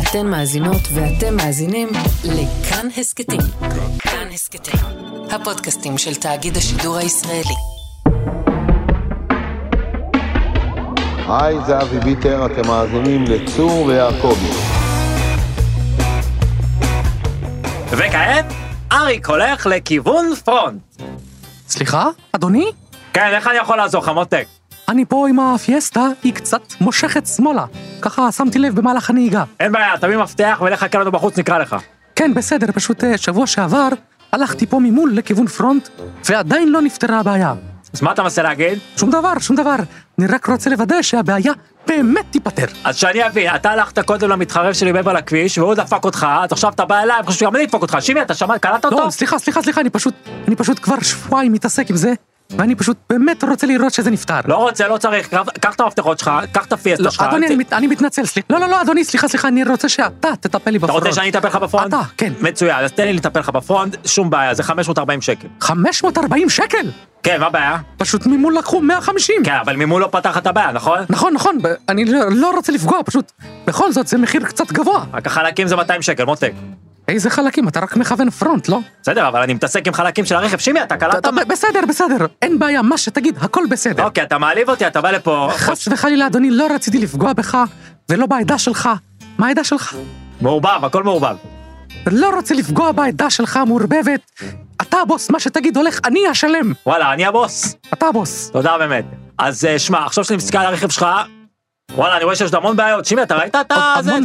אתן מאזינות ואתם מאזינים לכאן הסקטים. כאן הסקטים, הפודקאסטים של תאגיד השידור הישראלי. היי, זה אבי ביטר, אתם מאזינים לצור ויעקבי. וכעת, אריק הולך לכיוון פרונט. סליחה, אדוני? כן, איך אני יכול לעזור לך, מותק? אני פה עם הפיאסטה, היא קצת מושכת שמאלה. ככה שמתי לב במהלך הנהיגה. אין בעיה, תביא מפתח ולך חכה לנו בחוץ, נקרא לך. כן, בסדר, פשוט שבוע שעבר הלכתי פה ממול לכיוון פרונט, ועדיין לא נפתרה הבעיה. אז מה אתה מנסה להגיד? שום דבר. אני רק רוצה לוודא שהבעיה באמת תיפטר. אז שאני אבין, אתה הלכת קודם למתחרב שלי מעבר לכביש, והוא דפק אותך, אז עכשיו אתה בא אליי, חושב שגם אני אדפוק אותך. שימי, אתה שמעת, קלטת אותו? לא, סליחה, אני פשוט כבר שבועיים מתעסק עם זה, ואני פשוט באמת רוצה לראות שזה נפתר. לא רוצה, לא צריך, קח את המפתחות שלך, קח את הפיאסטה שלך. אדוני, אני מתנצל, סליחה. לא, אדוני, סליחה, אני רוצה שאתה תטפל לי בפרונט. אתה רוצה שאני אטפל לך בפרונט? אתה, כן. מצוין, אז תן לי לטפל לך בפרונט, שום בעיה, זה 540 שקל. 540 שקל? כן, מה הבעיה? פשוט ממול לקחו 150. כן, אבל ממול לא פתח את הבעיה, נכון? נכון, אני לא רוצה לפגוע, פשוט בכל זאת זה מחיר קצת גבוה. רק החלקים זה 200 שקל, מותק. איזה חלקים? אתה רק מכוון פרונט, לא? בסדר, אבל אני מתעסק עם חלקים של הרכב. שימי, אתה קלטת? בסדר, אין בעיה, מה שתגיד, הכל בסדר. אוקיי, אתה מעליב אותי, אתה בא לפה. חס וחלילה, אדוני, לא רציתי לפגוע בך, ולא בעדה שלך. מה העדה שלך? מעורבב, הכל מעורבב. לא רוצה לפגוע בעדה שלך מעורבבת. אתה הבוס, מה שתגיד הולך, אני אשלם. וואלה, אני הבוס. אתה הבוס. תודה באמת. אז שמע, עכשיו שאני מסתכל על הרכב שלך, וואלה, אני רואה שיש המון בעיות. שימי, אתה ראית את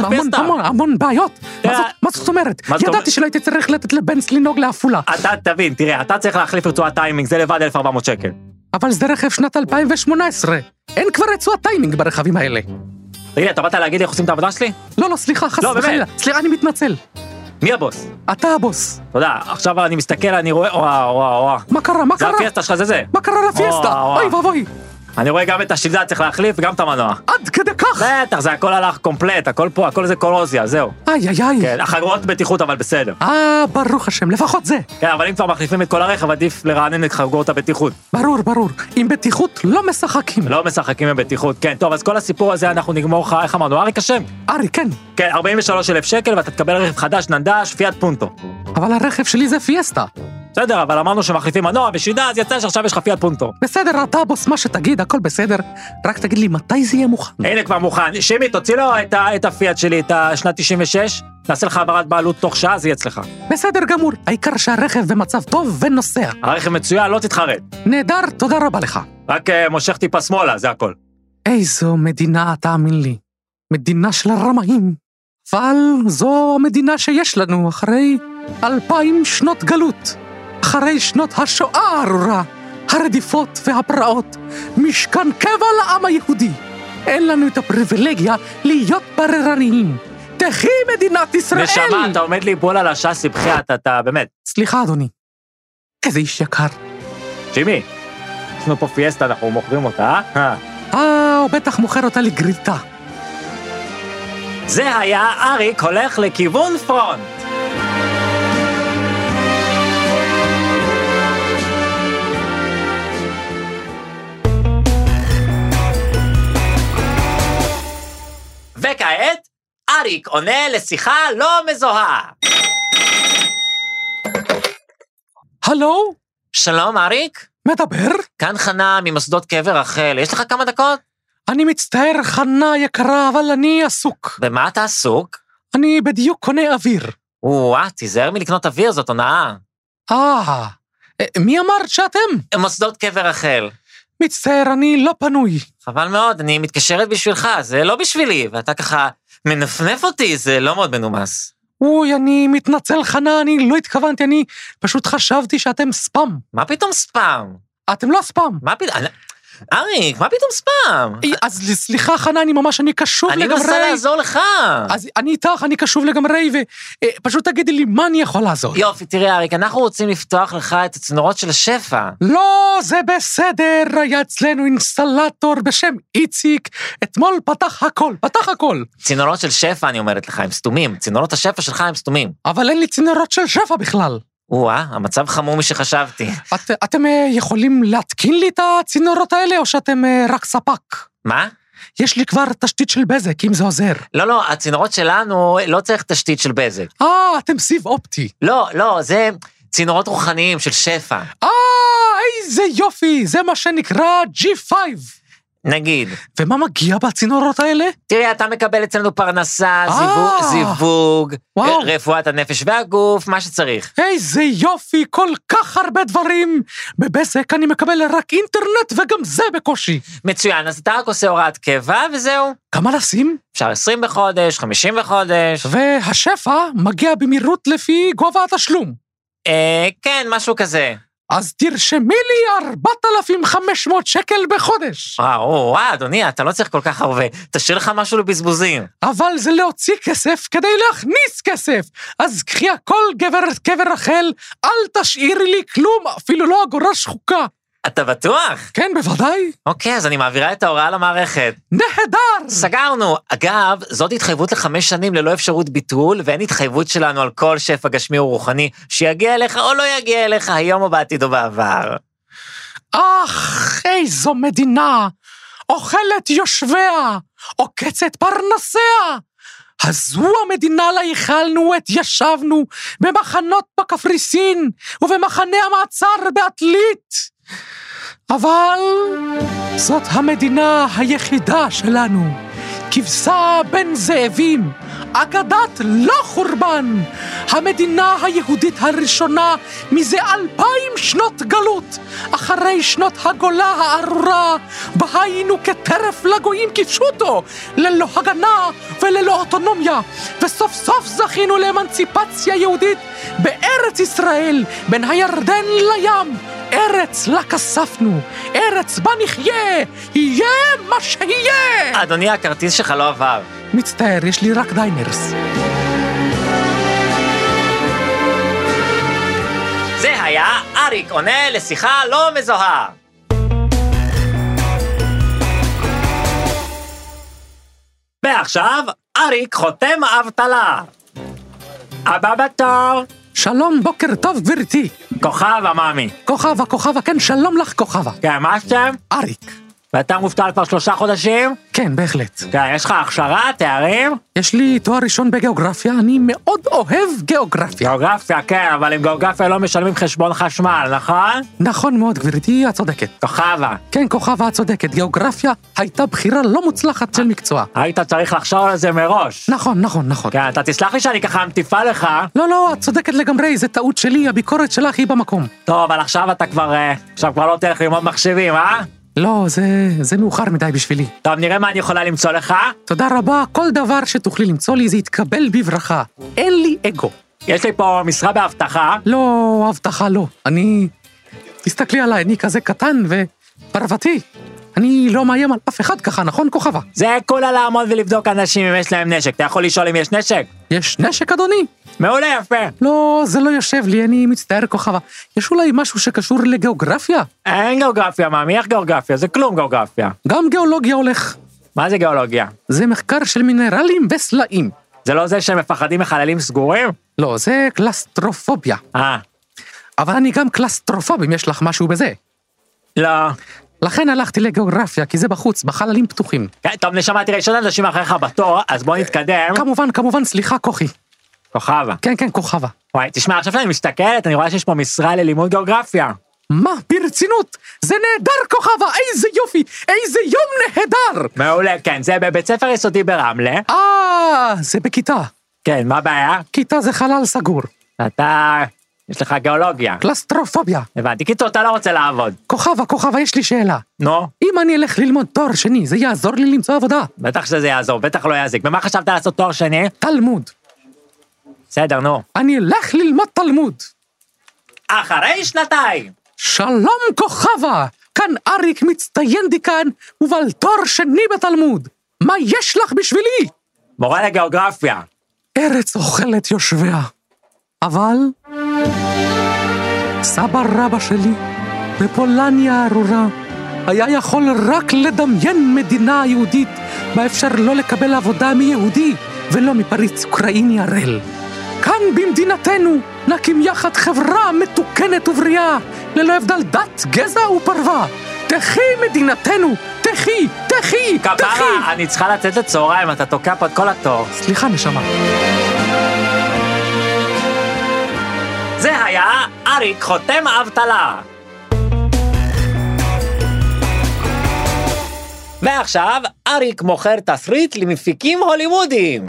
המון בעיות. מה זאת אומרת? ידעתי שלא הייתי צריך לתת לבנס לנהוג לעפולה. אתה תבין, תראה, אתה צריך להחליף רצועת טיימינג, זה לבד 1,400 שקל. אבל זה רכב שנת 2018. אין כבר רצועת טיימינג ברכבים האלה. תגיד, אתה באת להגיד איך עושים את העבודה שלי? לא, סליחה, חס וחלילה. סליחה, אני מתנצל. מי הבוס? אתה הבוס. תודה, עכשיו אני מסתכל, אני רואה, וואו. מה קרה? זה הפיאסטה שלך, זה. מה קרה לפיאסטה? אוי ואבוי. אני רואה גם את השלדה צריך להחליף וגם את המנוע. עד כדי כך? בטח, זה הכל הלך קומפלט, הכל פה, הכל זה קורוזיה, זהו. איי. כן, החגורות בטיחות אבל בסדר. ברוך השם, לפחות זה. כן, אבל אם כבר מחליפים את כל הרכב, עדיף לרענן את חגורות הבטיחות. ברור. עם בטיחות לא משחקים. לא משחקים עם בטיחות, כן. טוב, אז כל הסיפור הזה אנחנו נגמור לך, איך אמרנו, אריק השם? אריק, כן. כן, 43,000 שקל ואתה תקבל רכב חדש, ננדש, פיאט פונטו. אבל הרכב שלי זה פיאסטה. בסדר, אבל אמרנו שמחליפים מנוע ושידה, אז יצא שעכשיו יש לך פיאט פונטו. בסדר, אתה בוס, מה שתגיד, הכל בסדר. רק תגיד לי, מתי זה יהיה מוכן? הנה כבר מוכן. שימי, תוציא לו את הפיאט שלי, את השנת 96, נעשה לך העברת בעלות תוך שעה, זה יהיה אצלך. בסדר גמור, העיקר שהרכב במצב טוב ונוסע. הרכב מצוין, לא תתחרט. נהדר, תודה רבה לך. רק מושך טיפה שמאלה, זה הכל. איזו מדינה, תאמין לי. מדינה של הרמאים. אבל זו המדינה שיש לנו אחרי 2000 שנות גלות. אחרי שנות השואה הארורה, הרדיפות והפרעות, משכן קבע לעם היהודי. אין לנו את הפריבילגיה להיות בררניים. תחי מדינת ישראל! נשמה, אתה עומד לי בול על השאסי, בחייאת, אתה באמת. סליחה, אדוני. איזה איש יקר. שימי, יש לנו פה פיאסטה, אנחנו מוכרים אותה, הוא בטח מוכר אותה לגריטה. זה היה אריק הולך לכיוון פרונט. וכעת, אריק עונה לשיחה לא מזוהה. הלו? שלום, אריק? מדבר? כאן חנה ממוסדות קבר רחל, יש לך כמה דקות? אני מצטער, חנה יקרה, אבל אני עסוק. במה אתה עסוק? אני בדיוק קונה אוויר. תיזהר מלקנות אוויר, זאת הונאה. מי אמרת שאתם? מוסדות קבר רחל. מצטער, אני לא פנוי. חבל מאוד, אני מתקשרת בשבילך, זה לא בשבילי, ואתה ככה מנפנף אותי, זה לא מאוד מנומס. אני מתנצל, חנה, אני לא התכוונתי, אני פשוט חשבתי שאתם ספאם. מה פתאום ספאם? אתם לא ספאם. מה פתאום? אריק, מה פתאום ספאם? אז סליחה, חנה, אני קשוב לגמרי. אני מנסה לעזור לך. אז אני איתך, אני קשוב לגמרי, ופשוט תגידי לי מה אני יכול לעזור. יופי, תראה, אריק, אנחנו רוצים לפתוח לך את הצינורות של השפע. לא, זה בסדר, היה אצלנו אינסטלטור בשם איציק, אתמול פתח הכל. צינורות של שפע, אני אומרת לך, הם סתומים. צינורות השפע שלך הם סתומים. אבל אין לי צינורות של שפע בכלל. המצב חמור משחשבתי. אתם יכולים להתקין לי את הצינורות האלה, או שאתם רק ספק? מה? יש לי כבר תשתית של בזק, אם זה עוזר. לא, הצינורות שלנו לא צריך תשתית של בזק. אתם סיב אופטי. לא, זה צינורות רוחניים של שפע. איזה יופי, זה מה שנקרא G5. נגיד. ומה מגיע בצינורות האלה? תראי, אתה מקבל אצלנו פרנסה, זיווג, רפואת הנפש והגוף, מה שצריך. איזה יופי, כל כך הרבה דברים. בבזק אני מקבל רק אינטרנט וגם זה בקושי. מצוין, אז אתה רק עושה הוראת קבע וזהו. כמה לשים? אפשר 20 בחודש, 50 בחודש. והשפע מגיע במהירות לפי גובה התשלום. כן, משהו כזה. אז תרשמי לי 4,500 שקל בחודש. אדוני, אתה לא צריך כל כך הרבה. תשאיר לך משהו לבזבוזים. אבל זה להוציא כסף כדי להכניס כסף. אז קחי הכל גברת קבר רחל, אל תשאירי לי כלום, אפילו לא אגורה שחוקה. אתה בטוח? כן, בוודאי. אוקיי, אז אני מעבירה את ההוראה למערכת. נהדר! סגרנו. אגב, זאת התחייבות ל5 שנים ללא אפשרות ביטול, ואין התחייבות שלנו על כל שפע גשמי ורוחני, שיגיע אליך או לא יגיע אליך היום או בעתיד או בעבר. איזו מדינה! אוכלת יושביה, עוקצת פרנסיה! הזו המדינה לה ייחלנו את ישבנו במחנות בקפריסין ובמחנה המעצר בעתלית. אבל זאת המדינה היחידה שלנו, כבשה בין זאבים, אגדת לא חורבן, המדינה היהודית הראשונה מזה 2000 שנות גלות, אחרי שנות הגולה הארורה, בה היינו כטרף לגויים כפשוטו, ללא הגנה וללא אוטונומיה, וסוף סוף זכינו לאמנציפציה יהודית בארץ ישראל, בין הירדן לים, ארץ לה כספנו, ארץ בה נחיה, יהיה מה שיהיה. אדוני, הכרטיס שלך לא עבר. מצטער, יש לי רק דיינרס. זה היה אריק עונה לשיחה לא מזוהה. ועכשיו אריק חותם אבטלה. הבא בתור. שלום, בוקר טוב גברתי. כוכבה, מאמי. כוכבה, כן, שלום לך כוכבה. כן, מה השם? אריק. ואתה מובטל כבר 3 חודשים? כן, בהחלט. כן, יש לך הכשרה, תארים? יש לי תואר ראשון בגיאוגרפיה, אני מאוד אוהב גיאוגרפיה. גיאוגרפיה, כן, אבל עם גיאוגרפיה לא משלמים חשבון חשמל, נכון? נכון מאוד, גברתי, את צודקת. כוכבה. כן, כוכבה, את צודקת. גיאוגרפיה הייתה בחירה לא מוצלחת של מקצוע. היית צריך לחשוב על זה מראש. נכון. כן, אתה תסלח לי שאני ככה מטיפה לך. לא, את צודקת לגמרי, זה טעות שלי, הביקורת שלך היא במקום. טוב, אבל עכשיו אתה כבר לא תלך ללמוד מחשבים, לא, זה מאוחר מדי בשבילי. טוב, נראה מה אני יכולה למצוא לך. תודה רבה, כל דבר שתוכלי למצוא לי זה יתקבל בברכה. אין לי אגו. יש לי פה משרה בהבטחה. לא, הבטחה לא. תסתכלי עליי, אני כזה קטן ופרוותי. אני לא מאיים על אף אחד ככה, נכון כוכבה? זה כולה לעמוד ולבדוק אנשים אם יש להם נשק. אתה יכול לשאול אם יש נשק? יש נשק, אדוני? מעולה, יפה. לא, זה לא יושב לי, אני מצטער כוכבה. יש אולי משהו שקשור לגיאוגרפיה? אין גיאוגרפיה, מאמי, איך גיאוגרפיה? זה כלום גיאוגרפיה. גם גיאולוגיה הולך. מה זה גיאולוגיה? זה מחקר של מינרלים וסלעים. זה לא זה שהם מפחדים מחללים סגורים? לא, זה קלסטרופוביה. אבל אני גם קלסטרופוב, אם יש לך משהו בזה. לא. לכן הלכתי לגיאוגרפיה, כי זה בחוץ, בחללים פתוחים. טוב, נשמה, תראה, יש עוד אנשים אחריך בתור, אז בוא נתקדם. כמובן, סליחה, כוכי. כוכבה. כן, כוכבה. וואי, תשמע, עכשיו שאני מסתכלת, אני רואה שיש פה משרה ללימוד גיאוגרפיה. מה? ברצינות? זה נהדר, כוכבה, איזה יופי, איזה יום נהדר. מעולה, כן, זה בבית ספר יסודי ברמלה. זה בכיתה. כן, מה הבעיה? כיתה זה חלל סגור. יש לך גיאולוגיה. קלסטרופוביה. הבנתי, קיצור, אתה לא רוצה לעבוד. כוכבה, יש לי שאלה. נו? אם אני אלך ללמוד תואר שני, זה יעזור לי למצוא עבודה? בטח שזה יעזור, בטח לא יעזיק. במה חשבת לעשות תואר שני? תלמוד. בסדר, נו. אני אלך ללמוד תלמוד. אחרי 2. שלום כוכבה, כאן אריק מצטיין דיקן, ובעל תואר שני בתלמוד. מה יש לך בשבילי? מורה לגיאוגרפיה. ארץ אוכלת יושביה. אבל סבא רבא שלי בפולניה הארורה היה יכול רק לדמיין מדינה יהודית בה אפשר לא לקבל עבודה מיהודי ולא מפריץ אוקראיני ערל. כאן במדינתנו נקים יחד חברה מתוקנת ובריאה ללא הבדל דת, גזע ופרווה. תחי מדינתנו, תחי דחי. כפרה, אני צריכה לצאת לצהריים, אתה תוקע פה את כל התור. סליחה, נשמה. זה היה אריק חותם אבטלה. ועכשיו אריק מוכר תסריט למפיקים הוליוודיים.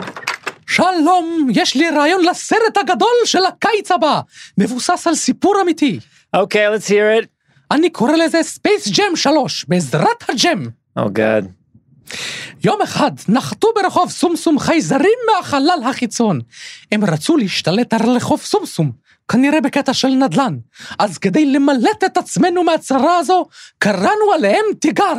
שלום, יש לי רעיון לסרט הגדול של הקיץ הבא, מבוסס על סיפור אמיתי. אוקיי, let's hear it. אני קורא לזה Space Jam 3, בעזרת הג'ם. Oh God. יום אחד נחתו ברחוב סומסום חייזרים מהחלל החיצון. הם רצו להשתלט על רחוב סומסום, כנראה בקטע של נדל"ן. אז כדי למלט את עצמנו מהצרה הזו, קראנו עליהם תיגר.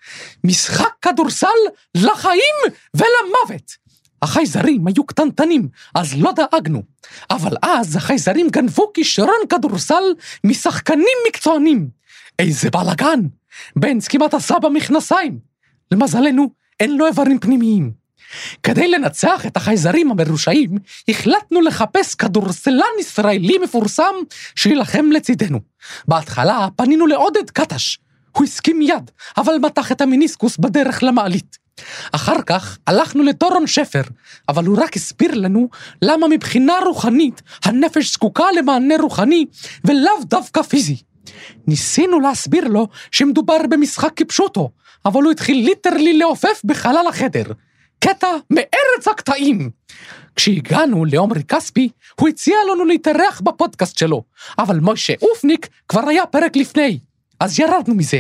משחק כדורסל לחיים ולמוות. החייזרים היו קטנטנים, אז לא דאגנו. אבל אז החייזרים גנבו כישרון כדורסל משחקנים מקצוענים. איזה בלגן! בנץ כמעט עשה במכנסיים. למזלנו, אין לו איברים פנימיים. כדי לנצח את החייזרים המרושעים, החלטנו לחפש כדורסלן ישראלי מפורסם שילחם לצידנו. בהתחלה פנינו לעודד קטש. הוא הסכים מיד, אבל מתח את המיניסקוס בדרך למעלית. אחר כך הלכנו לטורון שפר, אבל הוא רק הסביר לנו למה מבחינה רוחנית הנפש זקוקה למענה רוחני ולאו דווקא פיזי. ניסינו להסביר לו שמדובר במשחק כפשוטו, אבל הוא התחיל ליטרלי לעופף בחלל החדר. קטע מארץ הקטעים. כשהגענו לעומרי כספי, הוא הציע לנו להתארח בפודקאסט שלו, אבל משה אופניק כבר היה פרק לפני, אז ירדנו מזה.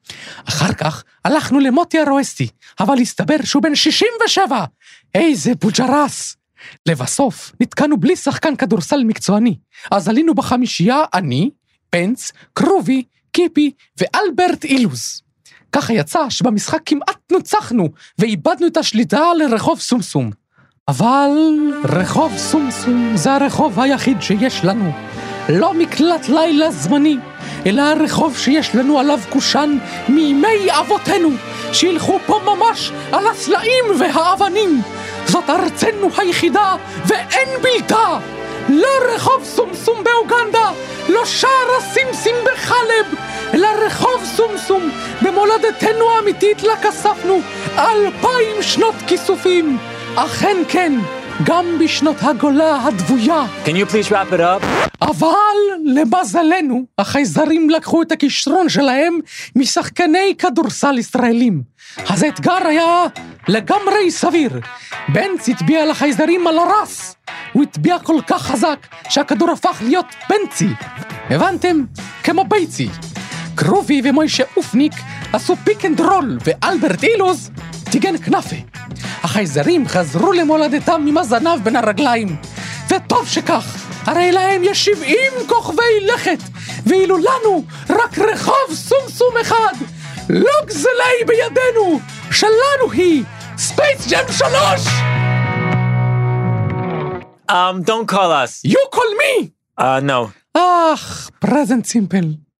אחר כך הלכנו למוטי הרואסטי, אבל הסתבר שהוא בן 67. איזה בוג'רס. לבסוף נתקענו בלי שחקן כדורסל מקצועני, אז עלינו בחמישייה אני, פנץ, קרובי, קיפי ואלברט אילוז. ככה יצא שבמשחק כמעט נוצחנו, ואיבדנו את השליטה לרחוב סומסום. אבל רחוב סומסום זה הרחוב היחיד שיש לנו. לא מקלט לילה זמני, אלא הרחוב שיש לנו עליו קושן מימי אבותינו, שילכו פה ממש על הסלעים והאבנים. זאת ארצנו היחידה ואין בלתה. לא רחוב סומסום באוגנדה, לא שער הסימסים בחלב, אלא רחוב סומסום במולדתנו האמיתית לכספנו 2000 שנות כיסופים. אכן כן, גם בשנות הגולה הדבויה. Can you please wrap it up? אבל למזלנו, החייזרים לקחו את הכישרון שלהם משחקני כדורסל ישראלים. אז האתגר היה לגמרי סביר. בנץ התביע לחייזרים על הרס. הוא התביע כל כך חזק שהכדור הפך להיות בנצי. הבנתם? כמו ביצי. קרובי ומוישה אופניק עשו פיק אנד רול, ואלברט אילוז טיגן כנפה. החייזרים חזרו למולדתם עם הזנב בין הרגליים. וטוב שכך, הרי להם יש 70 כוכבי לכת, ואילו לנו רק רחוב סומסום אחד. לא גזלי בידינו, שלנו היא Space Jam 3! Don't call us. You call me! No. present simple.